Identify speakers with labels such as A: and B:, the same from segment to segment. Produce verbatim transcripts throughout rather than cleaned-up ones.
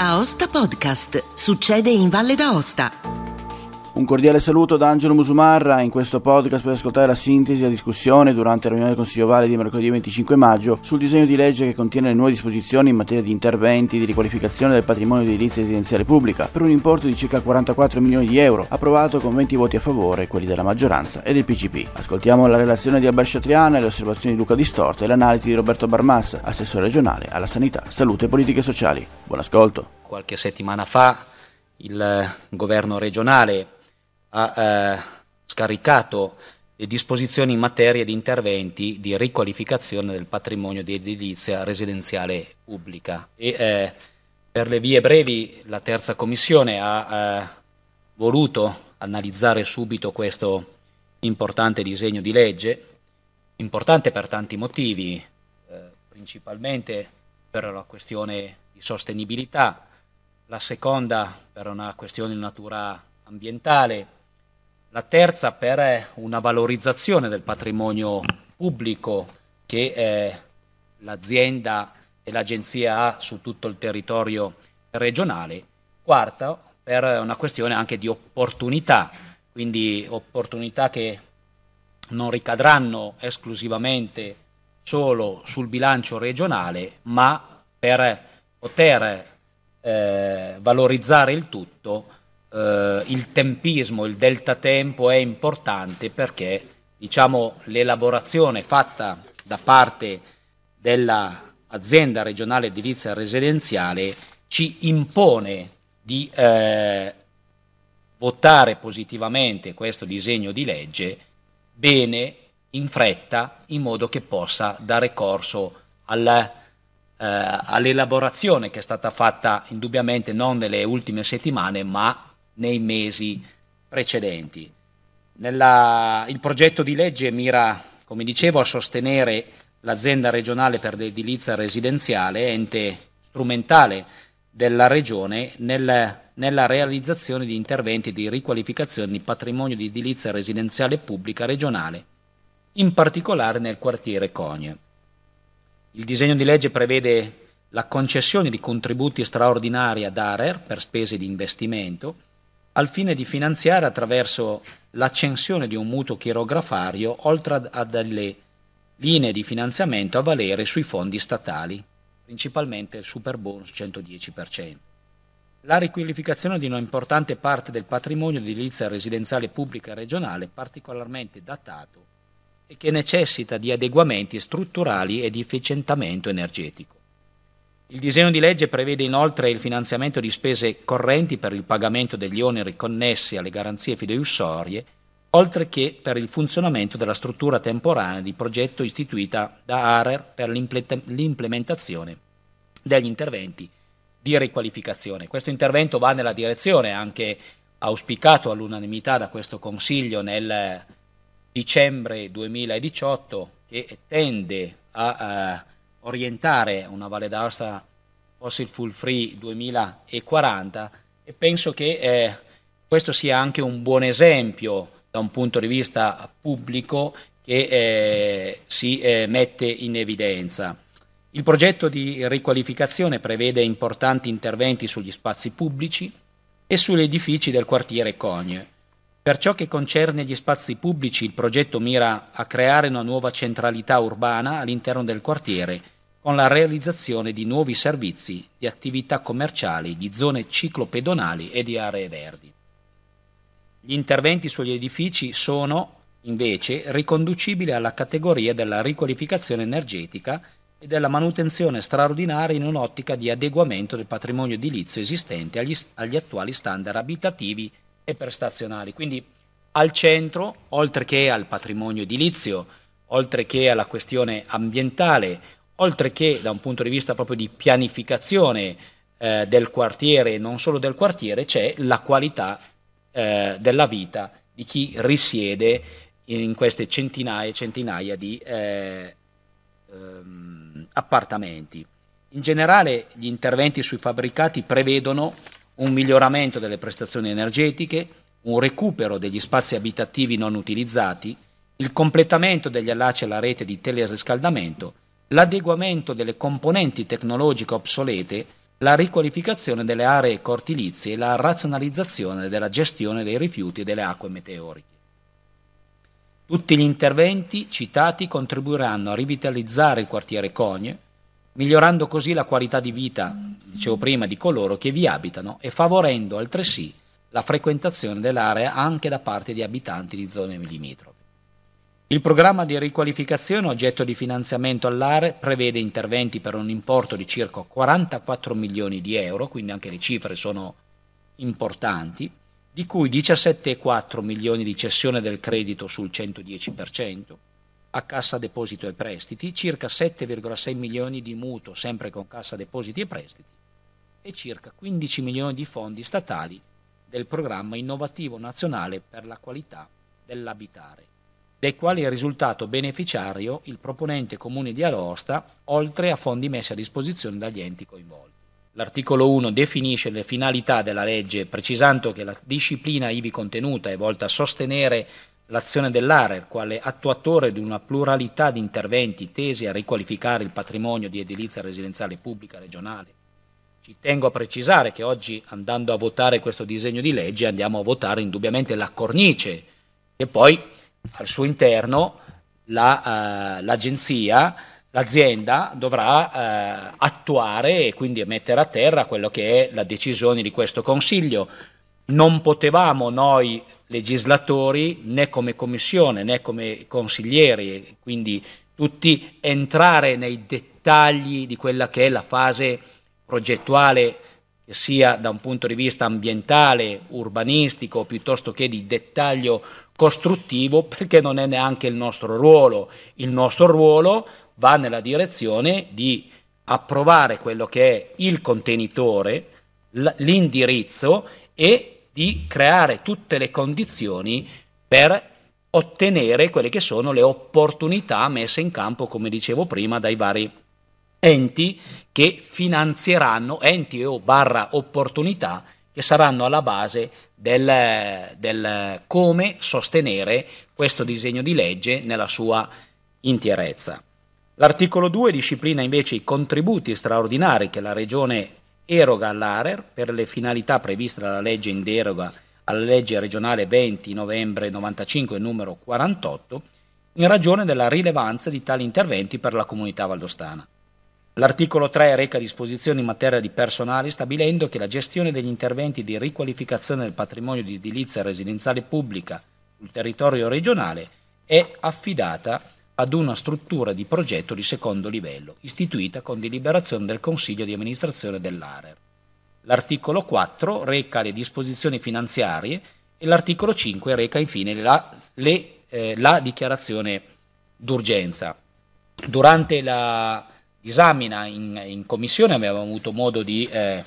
A: Aosta Podcast. Succede in Valle d'Aosta.
B: Un cordiale saluto da Angelo Musumarra. In questo podcast per ascoltare la sintesi e la discussione durante la riunione del Consiglio Valle di mercoledì venticinque maggio sul disegno di legge che contiene le nuove disposizioni in materia di interventi di riqualificazione del patrimonio di edilizia residenziale pubblica per un importo di circa quarantaquattro milioni di euro, approvato con venti voti a favore, quelli della maggioranza e del P C P. Ascoltiamo la relazione di Alberto Triana, le osservazioni di Luca Distorta e l'analisi di Roberto Barmassa, assessore regionale alla sanità, salute e politiche sociali. Buon ascolto.
C: Qualche settimana fa il governo regionale ha eh, scaricato le disposizioni in materia di interventi di riqualificazione del patrimonio di edilizia residenziale pubblica e eh, per le vie brevi la terza commissione ha eh, voluto analizzare subito questo importante disegno di legge, importante per tanti motivi, eh, principalmente per la questione di sostenibilità, la seconda per una questione di natura ambientale, la terza per una valorizzazione del patrimonio pubblico che eh, l'azienda e l'agenzia ha su tutto il territorio regionale, quarta per una questione anche di opportunità, quindi opportunità che non ricadranno esclusivamente solo sul bilancio regionale, ma per poter eh, valorizzare il tutto. Uh, il tempismo, il delta tempo è importante perché diciamo, l'elaborazione fatta da parte dell'azienda regionale edilizia residenziale ci impone di eh, votare positivamente questo disegno di legge bene, in fretta, in modo che possa dare corso alla, eh, all'elaborazione che è stata fatta indubbiamente non nelle ultime settimane ma nei mesi precedenti. Nella, il progetto di legge mira, come dicevo, a sostenere l'azienda regionale per l'edilizia residenziale, ente strumentale della regione, nel, nella realizzazione di interventi di riqualificazione di patrimonio di edilizia residenziale pubblica regionale, in particolare nel quartiere Cogne. Il disegno di legge prevede la concessione di contributi straordinari ad A R E R per spese di investimento, al fine di finanziare attraverso l'accensione di un mutuo chirografario, oltre a delle linee di finanziamento a valere sui fondi statali, principalmente il superbonus centodieci per cento. La riqualificazione di una importante parte del patrimonio di edilizia residenziale pubblica regionale particolarmente datato e che necessita di adeguamenti strutturali e di efficientamento energetico. Il disegno di legge prevede inoltre il finanziamento di spese correnti per il pagamento degli oneri connessi alle garanzie fideiussorie, oltre che per il funzionamento della struttura temporanea di progetto istituita da A R E R per l'implementazione degli interventi di riqualificazione. Questo intervento va nella direzione, anche auspicato all'unanimità da questo Consiglio nel dicembre duemiladiciotto, che tende a uh, orientare una Valle d'Aosta fossil fuel free duemilaquaranta e penso che eh, questo sia anche un buon esempio da un punto di vista pubblico che eh, si eh, mette in evidenza. Il progetto di riqualificazione prevede importanti interventi sugli spazi pubblici e sugli edifici del quartiere Cogne. Per ciò che concerne gli spazi pubblici, il progetto mira a creare una nuova centralità urbana all'interno del quartiere con la realizzazione di nuovi servizi, di attività commerciali, di zone ciclopedonali e di aree verdi. Gli interventi sugli edifici sono, invece, riconducibili alla categoria della riqualificazione energetica e della manutenzione straordinaria in un'ottica di adeguamento del patrimonio edilizio esistente agli, agli attuali standard abitativi e prestazionali. Quindi al centro, oltre che al patrimonio edilizio, oltre che alla questione ambientale, oltre che da un punto di vista proprio di pianificazione eh, del quartiere, non solo del quartiere, c'è la qualità eh, della vita di chi risiede in queste centinaia e centinaia di eh, ehm, appartamenti. In generale gli interventi sui fabbricati prevedono un miglioramento delle prestazioni energetiche, un recupero degli spazi abitativi non utilizzati, il completamento degli allacci alla rete di teleriscaldamento, l'adeguamento delle componenti tecnologiche obsolete, la riqualificazione delle aree cortilizie e la razionalizzazione della gestione dei rifiuti e delle acque meteoriche. Tutti gli interventi citati contribuiranno a rivitalizzare il quartiere Cogne, migliorando così la qualità di vita, dicevo prima, di coloro che vi abitano e favorendo altresì la frequentazione dell'area anche da parte di abitanti di zone limitrofe. Il programma di riqualificazione oggetto di finanziamento all'area prevede interventi per un importo di circa quarantaquattro milioni di euro, quindi anche le cifre sono importanti, di cui diciassette virgola quattro milioni di cessione del credito sul centodieci per cento a Cassa Deposito e Prestiti, circa sette virgola sei milioni di mutuo sempre con Cassa Depositi e Prestiti e circa quindici milioni di fondi statali del programma innovativo nazionale per la qualità dell'abitare, dei quali è risultato beneficiario il proponente Comune di Aosta, oltre a fondi messi a disposizione dagli enti coinvolti. L'articolo uno definisce le finalità della legge, precisando che la disciplina ivi contenuta è volta a sostenere l'azione dell'ARER quale attuatore di una pluralità di interventi tesi a riqualificare il patrimonio di edilizia residenziale pubblica regionale. Ci tengo a precisare che oggi, andando a votare questo disegno di legge, andiamo a votare indubbiamente la cornice, che poi al suo interno la, uh, l'agenzia, l'azienda dovrà uh, attuare e quindi mettere a terra quello che è la decisione di questo Consiglio. Non potevamo noi legislatori, né come commissione né come consiglieri, quindi tutti, entrare nei dettagli di quella che è la fase progettuale, che sia da un punto di vista ambientale, urbanistico, piuttosto che di dettaglio costruttivo, perché non è neanche il nostro ruolo. Il nostro ruolo va nella direzione di approvare quello che è il contenitore, l'indirizzo e di creare tutte le condizioni per ottenere quelle che sono le opportunità messe in campo, come dicevo prima, dai vari enti che finanzieranno, enti o barra opportunità, che saranno alla base del, del come sostenere questo disegno di legge nella sua interezza. L'articolo due disciplina invece i contributi straordinari che la Regione eroga all'ARER per le finalità previste dalla legge in deroga alla legge regionale venti novembre novantacinque numero quarantotto, in ragione della rilevanza di tali interventi per la comunità valdostana. L'articolo tre reca disposizioni in materia di personale, stabilendo che la gestione degli interventi di riqualificazione del patrimonio di edilizia residenziale pubblica sul territorio regionale è affidata ad una struttura di progetto di secondo livello, istituita con deliberazione del Consiglio di amministrazione dell'ARER. L'articolo quattro reca le disposizioni finanziarie e l'articolo cinque reca infine la, le, eh, la dichiarazione d'urgenza. Durante la disamina in, in commissione abbiamo avuto modo di eh,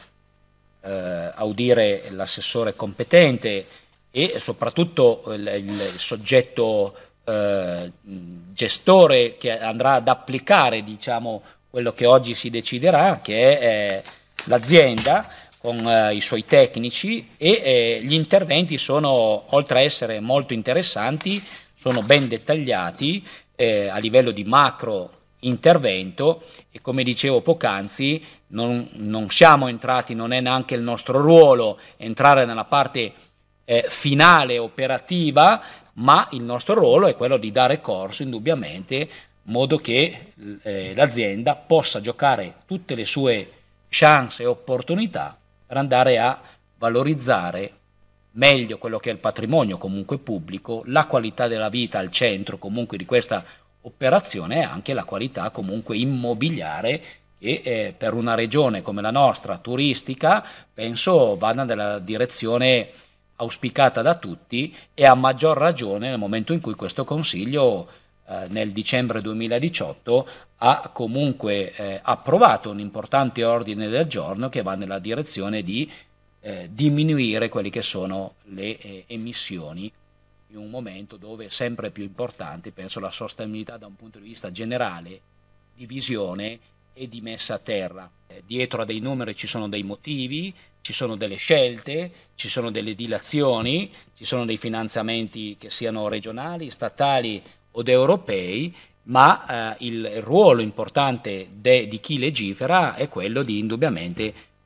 C: eh, audire l'assessore competente e soprattutto il, il soggetto eh, gestore che andrà ad applicare, diciamo, quello che oggi si deciderà, che è eh, l'azienda con eh, i suoi tecnici e eh, gli interventi sono, oltre a essere molto interessanti, sono ben dettagliati eh, a livello di macro intervento e, come dicevo poc'anzi, non, non siamo entrati, non è neanche il nostro ruolo entrare nella parte eh, finale operativa, ma il nostro ruolo è quello di dare corso indubbiamente in modo che eh, l'azienda possa giocare tutte le sue chance e opportunità per andare a valorizzare meglio quello che è il patrimonio comunque pubblico, la qualità della vita al centro comunque di questa operazione e anche la qualità comunque immobiliare che eh, per una regione come la nostra, turistica, penso vada nella direzione auspicata da tutti e a maggior ragione nel momento in cui questo Consiglio eh, nel dicembre duemiladiciotto ha comunque eh, approvato un importante ordine del giorno che va nella direzione di eh, diminuire quelle che sono le eh, emissioni in un momento dove è sempre più importante, penso, la sostenibilità da un punto di vista generale, di visione e di messa a terra. Eh, dietro a dei numeri ci sono dei motivi, ci sono delle scelte, ci sono delle dilazioni, ci sono dei finanziamenti che siano regionali, statali o europei, ma eh, il ruolo importante de, di chi legifera è quello di indubbiamente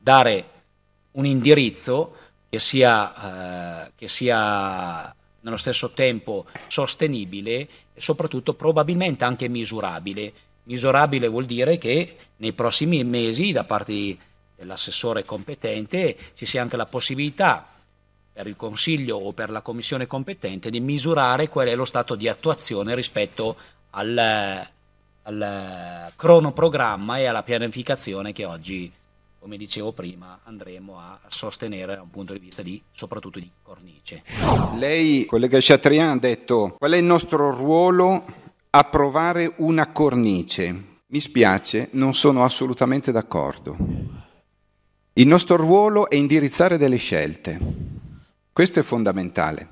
C: dare un indirizzo che sia, eh, che sia nello stesso tempo sostenibile e soprattutto probabilmente anche misurabile. Misurabile vuol dire che nei prossimi mesi da parte dell'assessore competente ci sia anche la possibilità per il Consiglio o per la Commissione competente di misurare qual è lo stato di attuazione rispetto al, al cronoprogramma e alla pianificazione che oggi, come dicevo prima, andremo a sostenere da un punto di vista di, soprattutto di cornice.
D: Lei, collega Chatrian, ha detto qual è il nostro ruolo? Approvare una cornice. Mi spiace, non sono assolutamente d'accordo. Il nostro ruolo è indirizzare delle scelte. Questo è fondamentale.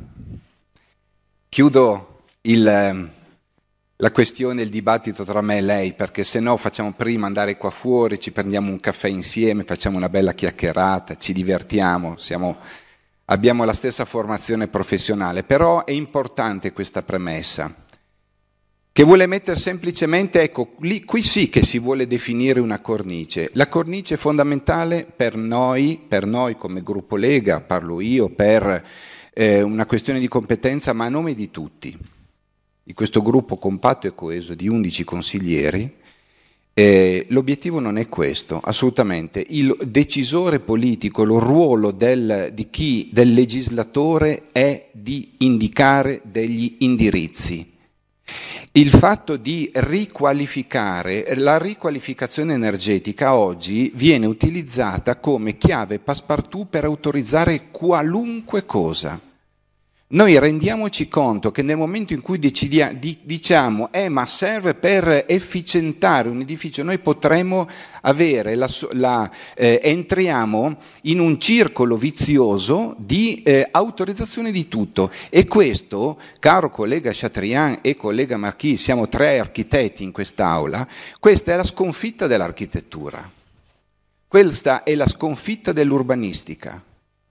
D: Chiudo il, la questione, il dibattito tra me e lei, perché se no facciamo prima andare qua fuori, ci prendiamo un caffè insieme, facciamo una bella chiacchierata, ci divertiamo, siamo, abbiamo la stessa formazione professionale, però è importante questa premessa, che vuole mettere semplicemente, ecco, lì, qui sì che si vuole definire una cornice. La cornice è fondamentale per noi, per noi come gruppo Lega, parlo io, per eh, una questione di competenza, ma a nome di tutti, di questo gruppo compatto e coeso di undici consiglieri. Eh, l'obiettivo non è questo, assolutamente. Il decisore politico, il ruolo del, di chi, del legislatore è di indicare degli indirizzi. Il fatto di riqualificare, la riqualificazione energetica oggi viene utilizzata come chiave passepartout per autorizzare qualunque cosa. Noi rendiamoci conto che nel momento in cui decidia, di, diciamo eh ma serve per efficientare un edificio, noi potremo avere, la, la, eh, entriamo in un circolo vizioso di eh, autorizzazione di tutto, e questo, caro collega Chatrian e collega Marchi, siamo tre architetti in quest'aula, questa è la sconfitta dell'architettura, questa è la sconfitta dell'urbanistica.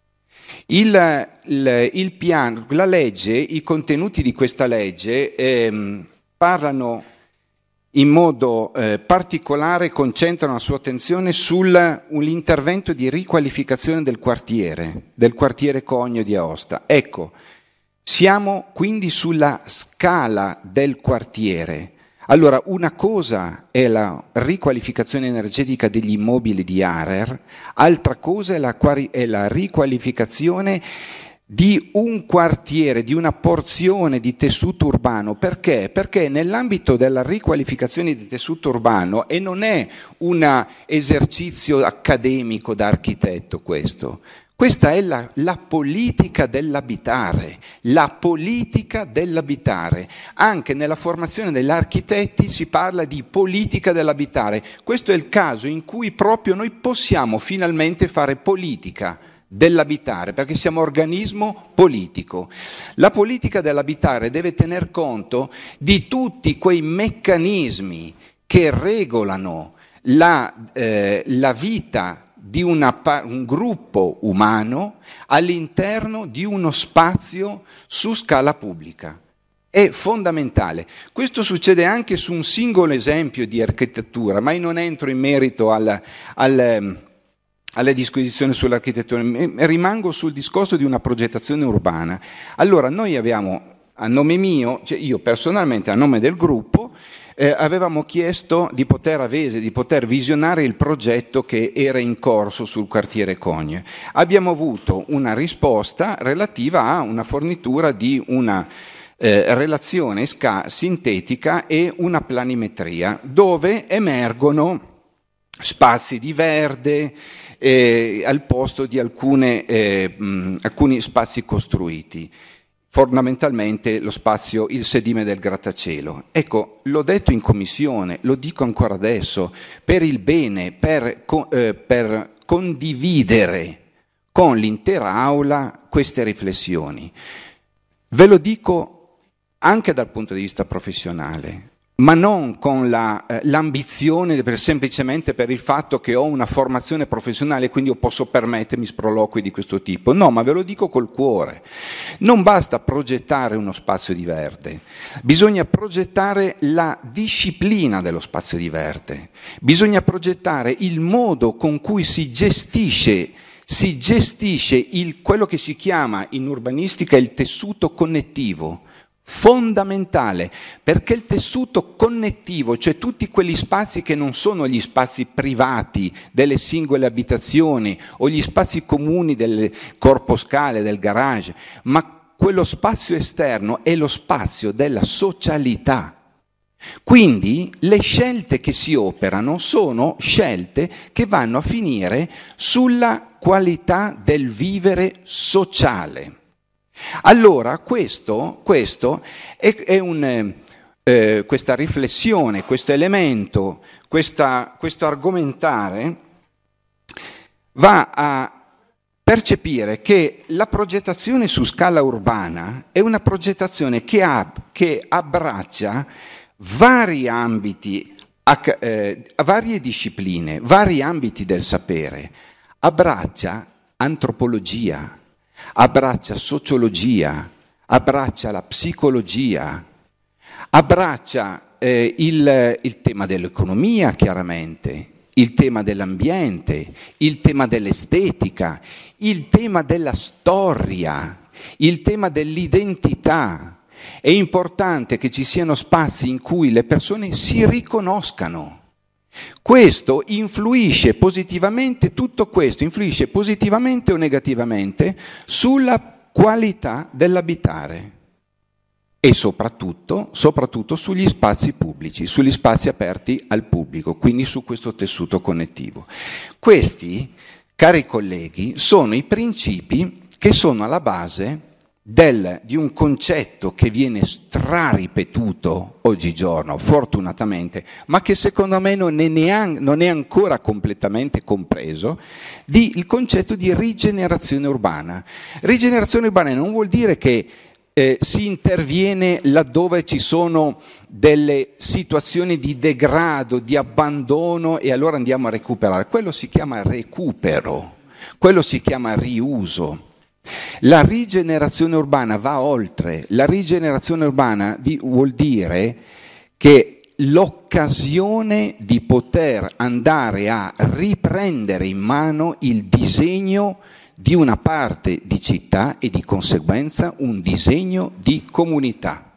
D: Il, il, il piano, la legge, i contenuti di questa legge ehm, parlano in modo eh, particolare, concentrano la sua attenzione sull'intervento di riqualificazione del quartiere, del quartiere Cogno di Aosta. Ecco, siamo quindi sulla scala del quartiere. Allora, una cosa è la riqualificazione energetica degli immobili di Arer, altra cosa è la, è la riqualificazione di un quartiere, di una porzione di tessuto urbano. Perché? Perché nell'ambito della riqualificazione di tessuto urbano, e non è un esercizio accademico da architetto questo, questa è la, la politica dell'abitare, la politica dell'abitare. Anche nella formazione degli architetti si parla di politica dell'abitare. Questo è il caso in cui proprio noi possiamo finalmente fare politica dell'abitare, perché siamo organismo politico. La politica dell'abitare deve tener conto di tutti quei meccanismi che regolano la, eh, la vita di una, un gruppo umano all'interno di uno spazio su scala pubblica. È fondamentale. Questo succede anche su un singolo esempio di architettura, ma io non entro in merito al, al, alle disquisizioni sull'architettura, rimango sul discorso di una progettazione urbana. Allora, noi abbiamo, a nome mio, cioè io personalmente a nome del gruppo, Eh, avevamo chiesto di poter avere, di poter visionare il progetto che era in corso sul quartiere Cogne. Abbiamo avuto una risposta relativa a una fornitura di una eh, relazione sca- sintetica e una planimetria, dove emergono spazi di verde eh, al posto di alcune, eh, mh, alcuni spazi costruiti. Fondamentalmente lo spazio, il sedime del grattacielo. Ecco, l'ho detto in commissione, lo dico ancora adesso, per il bene, per, eh, per condividere con l'intera aula queste riflessioni. Ve lo dico anche dal punto di vista professionale. ma non con la, eh, l'ambizione per, semplicemente per il fatto che ho una formazione professionale e quindi io posso permettermi sproloqui di questo tipo. No, ma ve lo dico col cuore. Non basta progettare uno spazio di verde, bisogna progettare la disciplina dello spazio di verde, bisogna progettare il modo con cui si gestisce si gestisce il, quello che si chiama in urbanistica il tessuto connettivo. Fondamentale, perché il tessuto connettivo, cioè tutti quegli spazi che non sono gli spazi privati delle singole abitazioni o gli spazi comuni del corpo scale, del garage, ma quello spazio esterno è lo spazio della socialità. Quindi le scelte che si operano sono scelte che vanno a finire sulla qualità del vivere sociale. Allora questo, questo è, è un, eh, questa riflessione, questo elemento, questa, questo argomentare va a percepire che la progettazione su scala urbana è una progettazione che, ha, che abbraccia vari ambiti, eh, varie discipline, vari ambiti del sapere, abbraccia antropologia, abbraccia sociologia, abbraccia la psicologia, abbraccia eh, il, il tema dell'economia chiaramente, il tema dell'ambiente, il tema dell'estetica, il tema della storia, il tema dell'identità. È importante che ci siano spazi in cui le persone si riconoscano. Questo influisce positivamente, tutto questo influisce positivamente o negativamente sulla qualità dell'abitare e soprattutto, soprattutto sugli spazi pubblici, sugli spazi aperti al pubblico, quindi su questo tessuto connettivo. Questi, cari colleghi, sono i principi che sono alla base Del, di un concetto che viene straripetuto oggigiorno, fortunatamente, ma che secondo me non è, neanche, non è ancora completamente compreso, di, il concetto di rigenerazione urbana. Rigenerazione urbana non vuol dire che eh, si interviene laddove ci sono delle situazioni di degrado, di abbandono e allora andiamo a recuperare. Quello si chiama recupero, quello si chiama riuso. La rigenerazione urbana va oltre. La rigenerazione urbana di, vuol dire che l'occasione di poter andare a riprendere in mano il disegno di una parte di città e di conseguenza un disegno di comunità.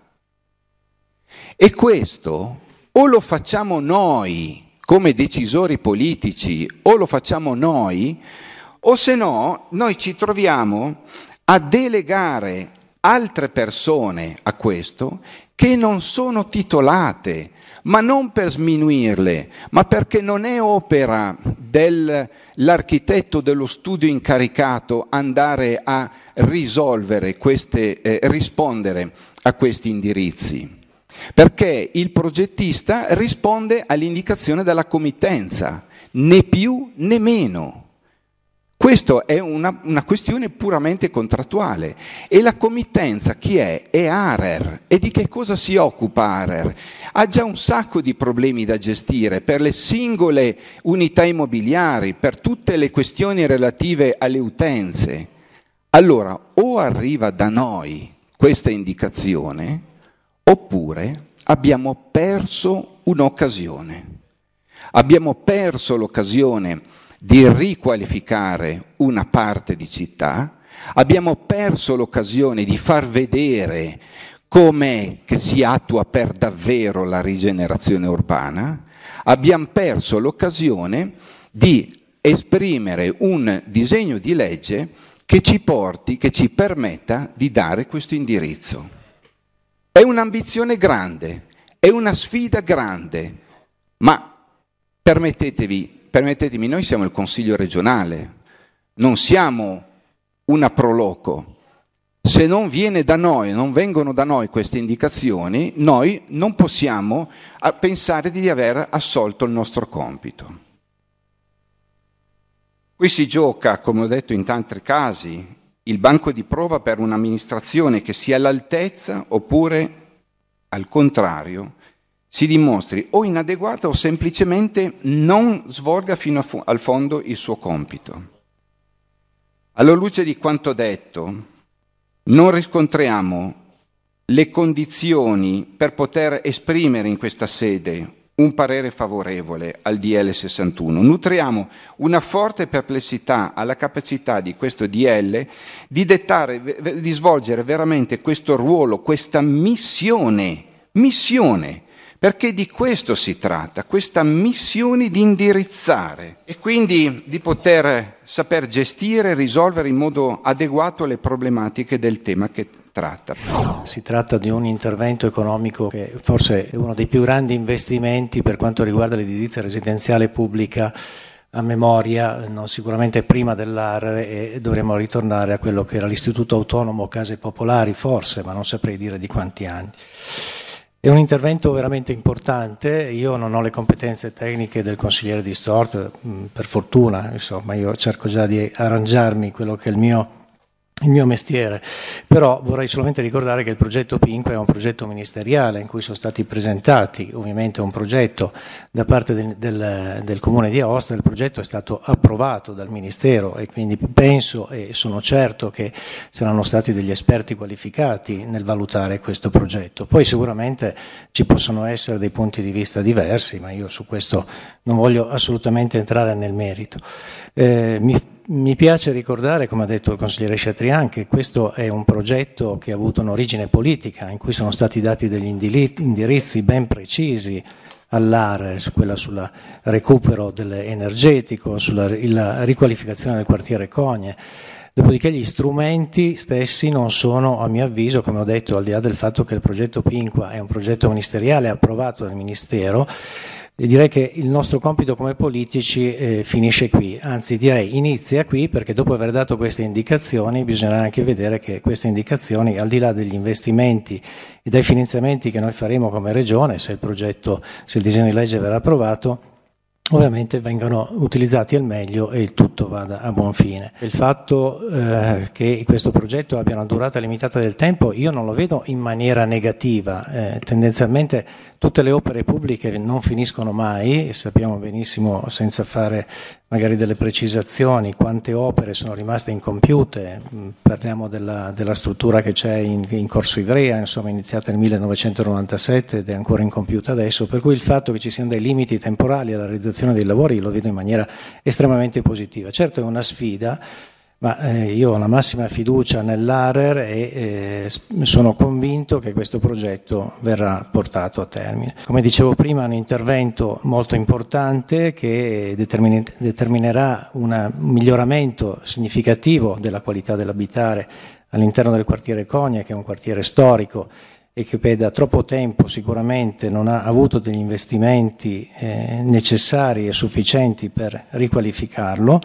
D: E questo o lo facciamo noi come decisori politici o lo facciamo noi, o se no noi ci troviamo a delegare altre persone a questo che non sono titolate, ma non per sminuirle, ma perché non è opera dell'architetto dello studio incaricato andare a risolvere queste, eh, rispondere a questi indirizzi. Perché il progettista risponde all'indicazione della committenza, né più né meno. Questa è una, una questione puramente contrattuale. E la committenza chi è? È ARER. E di che cosa si occupa ARER? Ha già un sacco di problemi da gestire per le singole unità immobiliari, per tutte le questioni relative alle utenze. Allora, o arriva da noi questa indicazione, oppure abbiamo perso un'occasione. Abbiamo perso l'occasione di riqualificare una parte di città, abbiamo perso l'occasione di far vedere com'è che si attua per davvero la rigenerazione urbana, abbiamo perso l'occasione di esprimere un disegno di legge che ci porti, che ci permetta di dare questo indirizzo. È un'ambizione grande, è una sfida grande, ma permettetevi Permettetemi, noi siamo il Consiglio regionale, non siamo una proloco. Se non viene da noi, non vengono da noi queste indicazioni, noi non possiamo pensare di aver assolto il nostro compito. Qui si gioca, come ho detto in tanti casi, il banco di prova per un'amministrazione che sia all'altezza oppure, al contrario, si dimostri o inadeguata o semplicemente non svolga fino a fu- al fondo il suo compito. Alla luce di quanto detto, non riscontriamo le condizioni per poter esprimere in questa sede un parere favorevole al D L sessantuno. Nutriamo una forte perplessità alla capacità di questo D L di dettare, di svolgere veramente questo ruolo, questa missione, missione, perché di questo si tratta, questa missione di indirizzare e quindi di poter saper gestire e risolvere in modo adeguato le problematiche del tema che tratta.
E: Si tratta di un intervento economico che forse è uno dei più grandi investimenti per quanto riguarda l'edilizia residenziale pubblica a memoria, non sicuramente prima dell'A R E, e dovremmo ritornare a quello che era l'Istituto Autonomo Case Popolari, forse, ma non saprei dire di quanti anni. È un intervento veramente importante. Io non ho le competenze tecniche del consigliere di Stort, per fortuna, insomma, io cerco già di arrangiarmi quello che è il mio il mio mestiere, però vorrei solamente ricordare che il progetto Pinqua è un progetto ministeriale in cui sono stati presentati ovviamente un progetto da parte del, del, del Comune di Aosta. Il progetto è stato approvato dal Ministero e quindi penso e sono certo che saranno stati degli esperti qualificati nel valutare questo progetto. Poi sicuramente ci possono essere dei punti di vista diversi, ma io su questo non voglio assolutamente entrare nel merito. Eh, mi Mi piace ricordare, come ha detto il consigliere Chatrian, che questo è un progetto che ha avuto un'origine politica, in cui sono stati dati degli indirizzi ben precisi all'A R E, su quella sul recupero energetico, sulla la riqualificazione del quartiere Cogne. Dopodiché gli strumenti stessi non sono, a mio avviso, come ho detto, al di là del fatto che il progetto Pinqua è un progetto ministeriale approvato dal Ministero, e direi che il nostro compito come politici eh, finisce qui, anzi direi inizia qui, perché dopo aver dato queste indicazioni bisognerà anche vedere che queste indicazioni, al di là degli investimenti e dai finanziamenti che noi faremo come Regione, se il progetto, se il disegno di legge verrà approvato, ovviamente vengano utilizzati al meglio e il tutto vada a buon fine. Il fatto eh, che questo progetto abbia una durata limitata del tempo io non lo vedo in maniera negativa, eh, tendenzialmente tutte le opere pubbliche non finiscono mai, e sappiamo benissimo, senza fare magari delle precisazioni, quante opere sono rimaste incompiute. Parliamo della, della struttura che c'è in, in Corso Ivrea, insomma iniziata nel millenovecentonovantasette ed è ancora incompiuta adesso, per cui il fatto che ci siano dei limiti temporali alla realizzazione dei lavori lo vedo in maniera estremamente positiva. Certo è una sfida, ma eh, io ho la massima fiducia nell'A R E e eh, sono convinto che questo progetto verrà portato a termine. Come dicevo prima, è un intervento molto importante che determin- determinerà una, un miglioramento significativo della qualità dell'abitare all'interno del quartiere Cogne, che è un quartiere storico e che da troppo tempo sicuramente non ha avuto degli investimenti eh, necessari e sufficienti per riqualificarlo.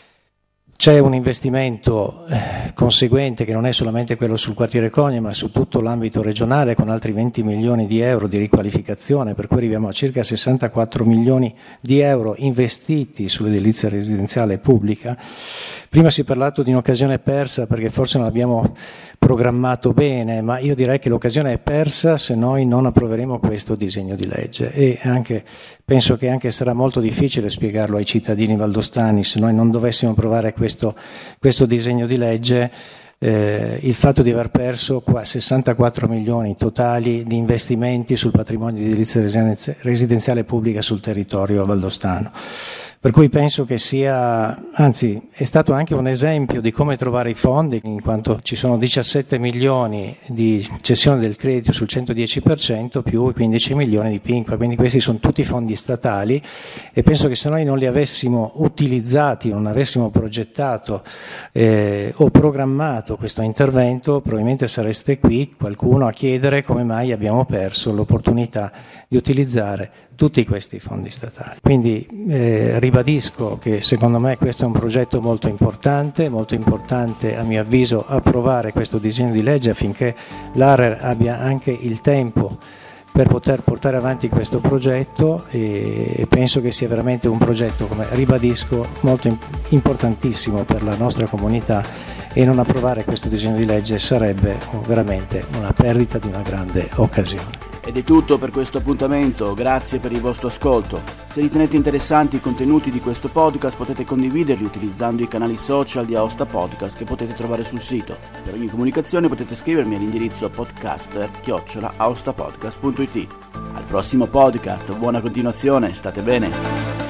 E: C'è un investimento eh, conseguente che non è solamente quello sul quartiere Cogne, ma su tutto l'ambito regionale, con altri venti milioni di euro di riqualificazione, per cui arriviamo a circa sessantaquattro milioni di euro investiti sull'edilizia residenziale pubblica. Prima si è parlato di un'occasione persa perché forse non abbiamo programmato bene, ma io direi che l'occasione è persa se noi non approveremo questo disegno di legge, e anche penso che anche sarà molto difficile spiegarlo ai cittadini valdostani se noi non dovessimo approvare questo, questo disegno di legge. Eh, il fatto di aver perso qua sessantaquattro milioni totali di investimenti sul patrimonio di edilizia residenziale pubblica sul territorio valdostano. Per cui penso che sia, anzi è stato anche un esempio di come trovare i fondi, in quanto ci sono diciassette milioni di cessione del credito sul centodieci per cento più i quindici milioni di Pinqua, quindi questi sono tutti fondi statali, e penso che se noi non li avessimo utilizzati, non avessimo progettato eh, o programmato questo intervento, probabilmente sareste qui qualcuno a chiedere come mai abbiamo perso l'opportunità di utilizzare tutti questi fondi statali. Quindi eh, ribadisco che secondo me questo è un progetto molto importante, molto importante a mio avviso approvare questo disegno di legge affinché l'A R E abbia anche il tempo per poter portare avanti questo progetto, e penso che sia veramente un progetto, come ribadisco, molto importantissimo per la nostra comunità, e non approvare questo disegno di legge sarebbe veramente una perdita di una grande occasione.
B: Ed è tutto per questo appuntamento, grazie per il vostro ascolto. Se ritenete interessanti i contenuti di questo podcast potete condividerli utilizzando i canali social di Aosta Podcast che potete trovare sul sito. Per ogni comunicazione potete scrivermi all'indirizzo podcaster chiocciola aostapodcast punto it. Al prossimo podcast, buona continuazione, state bene!